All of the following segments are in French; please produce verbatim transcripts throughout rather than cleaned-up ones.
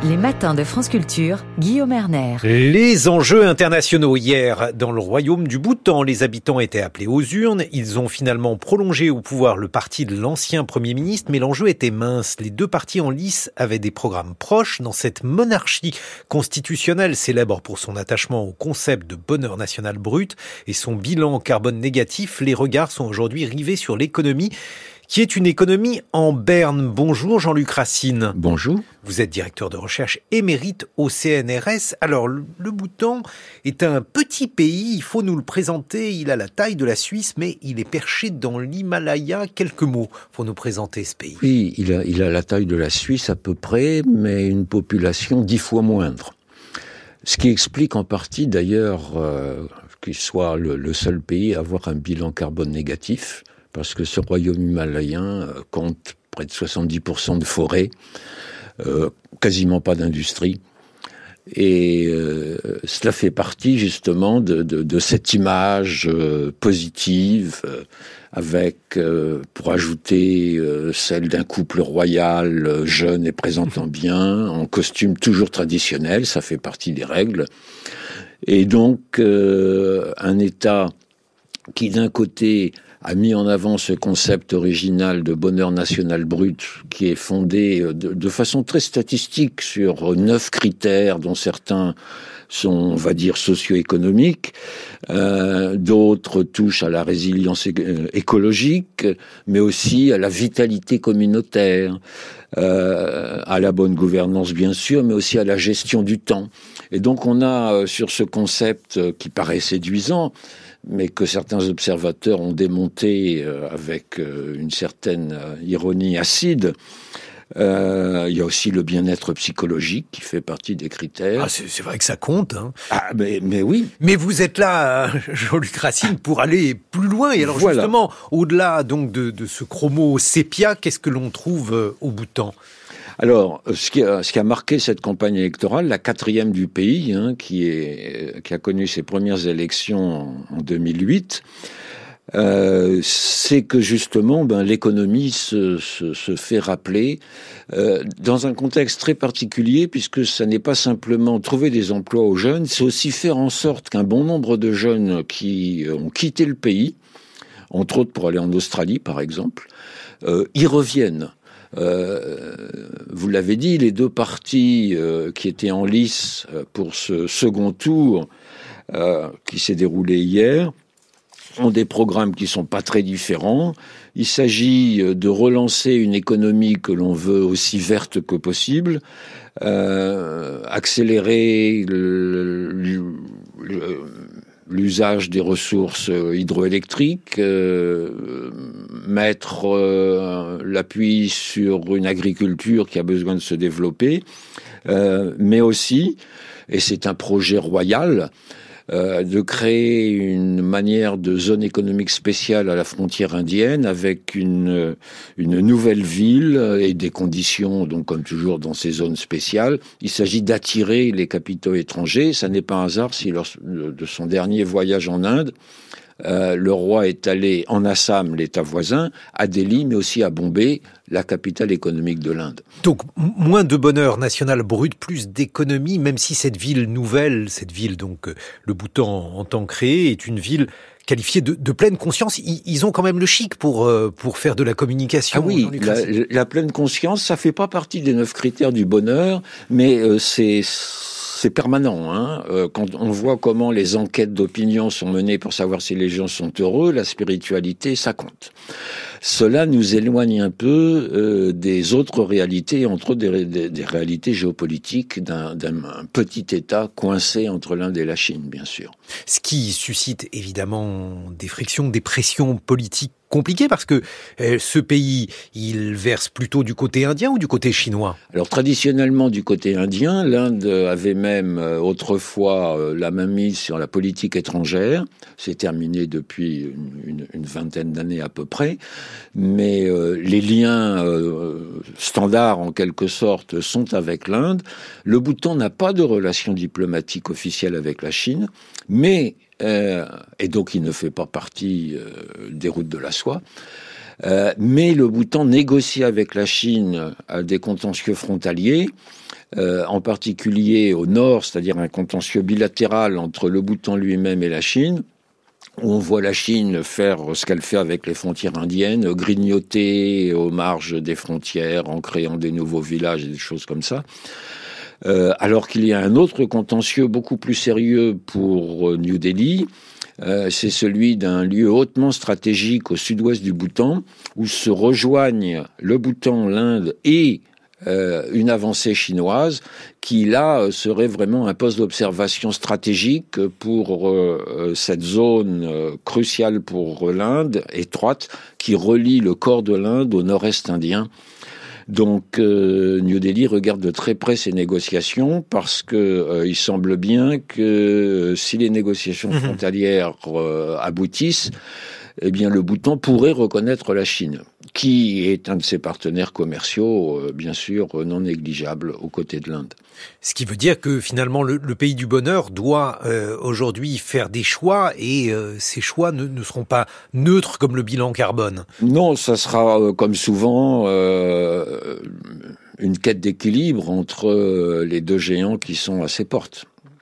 Les matins de France Culture, Guillaume Erner. Les enjeux internationaux. Hier, dans le royaume du Bhoutan, les habitants étaient appelés aux urnes. Ils ont finalement prolongé au pouvoir le parti de l'ancien Premier ministre, mais l'enjeu était mince. Les deux partis en lice avaient des programmes proches. Dans cette monarchie constitutionnelle célèbre pour son attachement au concept de bonheur national brut et son bilan carbone négatif, les regards sont aujourd'hui rivés sur l'économie, qui est une économie en berne. Bonjour Jean-Luc Racine. Bonjour. Vous êtes directeur de recherche émérite au C N R S. Alors, le, le Bhoutan est un petit pays, il faut nous le présenter. Il a la taille de la Suisse, mais il est perché dans l'Himalaya. Quelques mots pour nous présenter ce pays. Oui, il a, il a la taille de la Suisse à peu près, mais une population dix fois moindre. Ce qui explique en partie d'ailleurs euh, qu'il soit le, le seul pays à avoir un bilan carbone négatif, parce que ce royaume himalayen compte près de soixante-dix pour cent de forêts, euh, quasiment pas d'industrie. Et euh, cela fait partie justement de, de, de cette image euh, positive, euh, avec, euh, pour ajouter euh, celle d'un couple royal euh, jeune et présentant bien, en costume toujours traditionnel, ça fait partie des règles. Et donc euh, un État qui d'un côté a mis en avant ce concept original de bonheur national brut qui est fondé de, de façon très statistique sur neuf critères dont certains sont, on va dire, socio-économiques, euh, d'autres touchent à la résilience é- écologique, mais aussi à la vitalité communautaire, euh, à la bonne gouvernance bien sûr, mais aussi à la gestion du temps. Et donc on a euh, sur ce concept euh, qui paraît séduisant, mais que certains observateurs ont démonté euh, avec euh, une certaine euh, ironie acide. Euh, il y a aussi le bien-être psychologique qui fait partie des critères. Ah, c'est, c'est vrai que ça compte. Hein. Ah, mais, mais oui. Mais vous êtes là, Jean-Luc Racine, pour aller plus loin. Et alors voilà. Justement, au-delà donc de, de ce chromo sépia, qu'est-ce que l'on trouve au Bhoutan ? Alors, ce qui, a, ce qui a marqué cette campagne électorale, la quatrième du pays, hein, qui, est, qui a connu ses premières élections en, en deux mille huit, euh, c'est que justement, ben, l'économie se, se, se fait rappeler euh, dans un contexte très particulier, puisque ça n'est pas simplement trouver des emplois aux jeunes, c'est aussi faire en sorte qu'un bon nombre de jeunes qui ont quitté le pays, entre autres pour aller en Australie par exemple, euh, y reviennent. Euh, vous l'avez dit, les deux partis euh, qui étaient en lice pour ce second tour euh, qui s'est déroulé hier ont des programmes qui sont pas très différents. Il s'agit de relancer une économie que l'on veut aussi verte que possible, euh, accélérer le, le, le, l'usage des ressources hydroélectriques, euh, mettre euh, l'appui sur une agriculture qui a besoin de se développer, euh, mais aussi, et c'est un projet royal, euh, de créer une manière de zone économique spéciale à la frontière indienne avec une, une nouvelle ville et des conditions, donc comme toujours dans ces zones spéciales. Il s'agit d'attirer les capitaux étrangers. Ça n'est pas un hasard si lors de son dernier voyage en Inde, Euh, le roi est allé en Assam, l'État voisin, à Delhi, mais aussi à Bombay, la capitale économique de l'Inde. Donc, m- moins de bonheur national brut, plus d'économie, même si cette ville nouvelle, cette ville, donc, euh, le Bhoutan en tant créé, est une ville qualifiée de, de pleine conscience. Ils, ils ont quand même le chic pour, euh, pour faire de la communication. Ah oui, la, la pleine conscience, ça fait pas partie des neuf critères du bonheur, mais euh, c'est... C'est permanent, hein. Euh, quand on voit comment les enquêtes d'opinion sont menées pour savoir si les gens sont heureux, la spiritualité, ça compte. Cela nous éloigne un peu euh, des autres réalités, entre autres des, des, des réalités géopolitiques d'un, d'un petit État coincé entre l'Inde et la Chine, bien sûr. Ce qui suscite évidemment des frictions, des pressions politiques compliqué parce que euh, ce pays, il verse plutôt du côté indien ou du côté chinois ? Alors traditionnellement du côté indien, l'Inde avait même euh, autrefois euh, la main mise sur la politique étrangère. C'est terminé depuis une, une, une vingtaine d'années à peu près, mais euh, les liens euh, standards en quelque sorte sont avec l'Inde. Le Bhoutan n'a pas de relation diplomatique officielle avec la Chine, mais Euh, et donc il ne fait pas partie euh, des routes de la soie. Euh, mais le Bhoutan négocie avec la Chine à des contentieux frontaliers euh, en particulier au nord, c'est-à-dire un contentieux bilatéral entre le Bhoutan lui-même et la Chine. On voit la Chine faire ce qu'elle fait avec les frontières indiennes, grignoter aux marges des frontières en créant des nouveaux villages et des choses comme ça. Euh, alors qu'il y a un autre contentieux beaucoup plus sérieux pour New Delhi, euh, c'est celui d'un lieu hautement stratégique au sud-ouest du Bhoutan, où se rejoignent le Bhoutan, l'Inde et euh, une avancée chinoise, qui là serait vraiment un poste d'observation stratégique pour euh, cette zone euh, cruciale pour l'Inde, étroite, qui relie le corps de l'Inde au nord-est indien. Donc euh, New Delhi regarde de très près ces négociations parce que euh, il semble bien que euh, si les négociations mmh. frontalières euh, aboutissent, eh bien le Bhoutan pourrait reconnaître la Chine, qui est un de ses partenaires commerciaux, euh, bien sûr, non négligeable aux côtés de l'Inde. Ce qui veut dire que finalement le, le pays du bonheur doit euh, aujourd'hui faire des choix et euh, ces choix ne, ne seront pas neutres comme le bilan carbone. Non, ça sera euh, comme souvent euh, une quête d'équilibre entre euh, les deux géants qui sont à ses portes.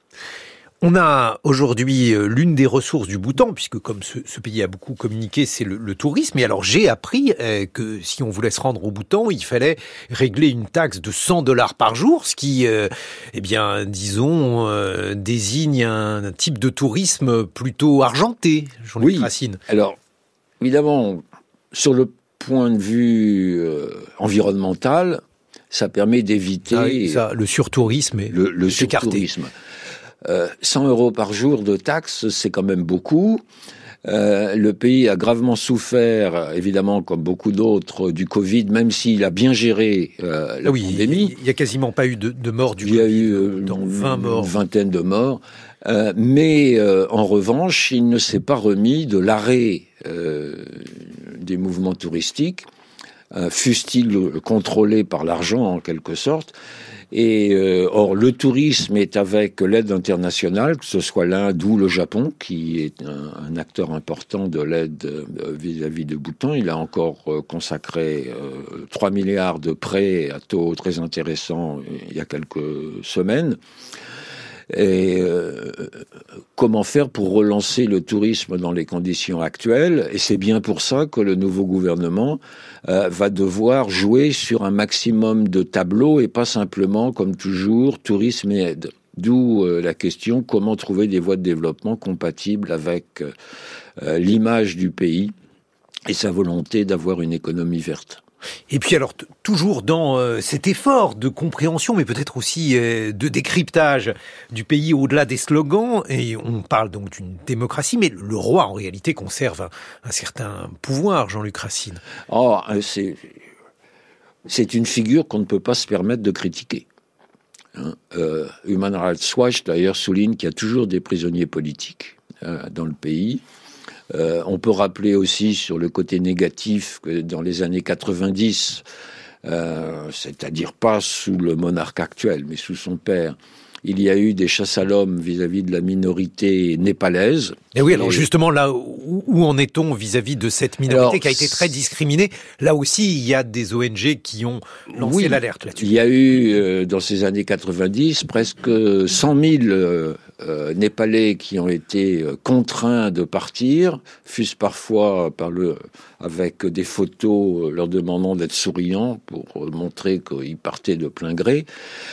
On a aujourd'hui l'une des ressources du Bhoutan, puisque comme ce, ce pays a beaucoup communiqué, c'est le, le tourisme. Et alors j'ai appris euh, que si on voulait se rendre au Bhoutan, il fallait régler une taxe de cent dollars par jour, ce qui, euh, eh bien, disons, euh, désigne un, un type de tourisme plutôt argenté, Jean-Luc oui. Racine. Alors, évidemment, sur le point de vue euh, environnemental, ça permet d'éviter ah oui, ça, le surtourisme et le, le surtourisme. Euh, cent euros par jour de taxes, c'est quand même beaucoup. Euh, le pays a gravement souffert, évidemment, comme beaucoup d'autres, du Covid, même s'il a bien géré euh, la oui, pandémie. Il n'y a quasiment pas eu de, de morts du il Covid. Il y a eu euh, dans vingt morts. Une vingtaine de morts. Euh, mais euh, en revanche, il ne s'est pas remis de l'arrêt euh, des mouvements touristiques, euh, fussent-ils contrôlés par l'argent en quelque sorte. Et euh, or, le tourisme est avec l'aide internationale, que ce soit l'Inde ou le Japon, qui est un, un acteur important de l'aide euh, vis-à-vis de Bhoutan. Il a encore euh, consacré euh, trois milliards de prêts à taux très intéressants euh, il y a quelques semaines. Et euh, comment faire pour relancer le tourisme dans les conditions actuelles? Et c'est bien pour ça que le nouveau gouvernement euh, va devoir jouer sur un maximum de tableaux et pas simplement, comme toujours, tourisme et aide. D'où euh, la question, comment trouver des voies de développement compatibles avec euh, l'image du pays et sa volonté d'avoir une économie verte. Et puis alors, t- toujours dans euh, cet effort de compréhension, mais peut-être aussi euh, de décryptage du pays au-delà des slogans, et on parle donc d'une démocratie, mais le roi, en réalité, conserve un, un certain pouvoir, Jean-Luc Racine. Oh, c'est, c'est une figure qu'on ne peut pas se permettre de critiquer. Hein. Euh, Human Rights Watch, d'ailleurs, souligne qu'il y a toujours des prisonniers politiques euh, dans le pays. Euh, on peut rappeler aussi sur le côté négatif que dans les années quatre-vingt-dix, euh, c'est-à-dire pas sous le monarque actuel, mais sous son père, il y a eu des chasses à l'homme vis-à-vis de la minorité népalaise. Et oui, alors et... justement, là, où, où en est-on vis-à-vis de cette minorité alors, qui a été très discriminée? Là aussi, il y a des O N G qui ont lancé oui, l'alerte là-dessus. Il y a eu, euh, dans ces années quatre-vingt-dix, presque cent mille euh, euh, Népalais qui ont été euh, contraints de partir, fût-ce parfois par le, avec des photos euh, leur demandant d'être souriants pour euh, montrer qu'ils partaient de plein gré.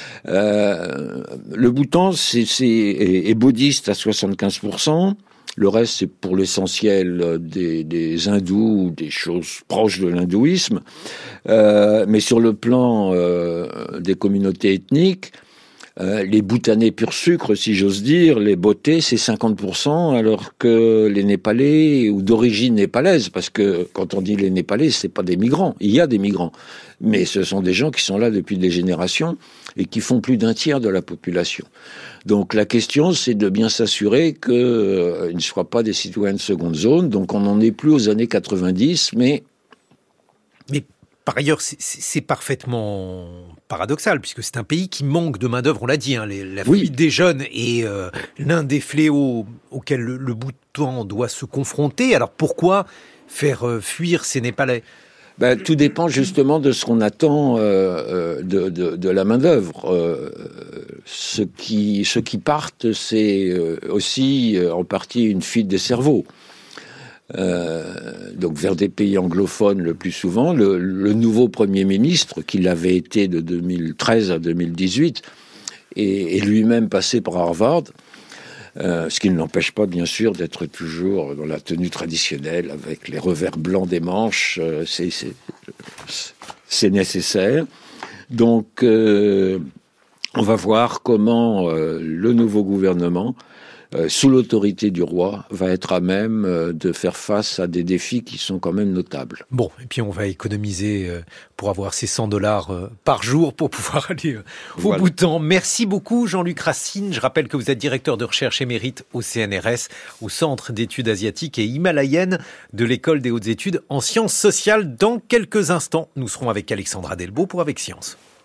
Euh, le Bhoutan c'est, c'est, est, est bouddhiste à soixante-quinze pour cent. Le reste, c'est pour l'essentiel des, des hindous ou des choses proches de l'hindouisme. Euh, mais sur le plan euh, des communautés ethniques, euh, les Bhoutanais pur sucre, si j'ose dire, les Bhotés, c'est cinquante pour cent, alors que les Népalais, ou d'origine népalaise, parce que quand on dit les Népalais, c'est pas des migrants. Il y a des migrants. Mais ce sont des gens qui sont là depuis des générations et qui font plus d'un tiers de la population. Donc la question, c'est de bien s'assurer qu'ils euh, ne soient pas des citoyens de seconde zone. Donc on n'en est plus aux années quatre-vingt-dix, mais... Mais par ailleurs, c'est, c'est parfaitement paradoxal, puisque c'est un pays qui manque de main-d'œuvre, on l'a dit, hein, les, la fuite oui. des jeunes est euh, l'un des fléaux auxquels le, le Bhoutan doit se confronter. Alors pourquoi faire euh, fuir ces Népalais ? Ben, tout dépend justement de ce qu'on attend euh, de, de, de la main-d'œuvre. Euh, ce qui, ceux qui partent, c'est aussi en partie une fuite des cerveaux. Euh, donc vers des pays anglophones le plus souvent. Le, le nouveau Premier ministre, qui l'avait été de deux mille treize à deux mille dix-huit, est, est lui-même passé par Harvard. Euh, ce qui ne l'empêche pas, bien sûr, d'être toujours dans la tenue traditionnelle, avec les revers blancs des manches. Euh, c'est, c'est, c'est nécessaire. Donc, euh, on va voir comment euh, le nouveau gouvernement, euh, sous l'autorité du roi, va être à même euh, de faire face à des défis qui sont quand même notables. Bon, et puis on va économiser euh, pour avoir ces cent dollars euh, par jour pour pouvoir aller euh, au Voilà. Bhoutan. Merci beaucoup Jean-Luc Racine. Je rappelle que vous êtes directeur de recherche émérite au C N R S, au Centre d'études asiatiques et himalayennes de l'École des hautes études en sciences sociales. Dans quelques instants, nous serons avec Alexandra Delbo pour Avec Science.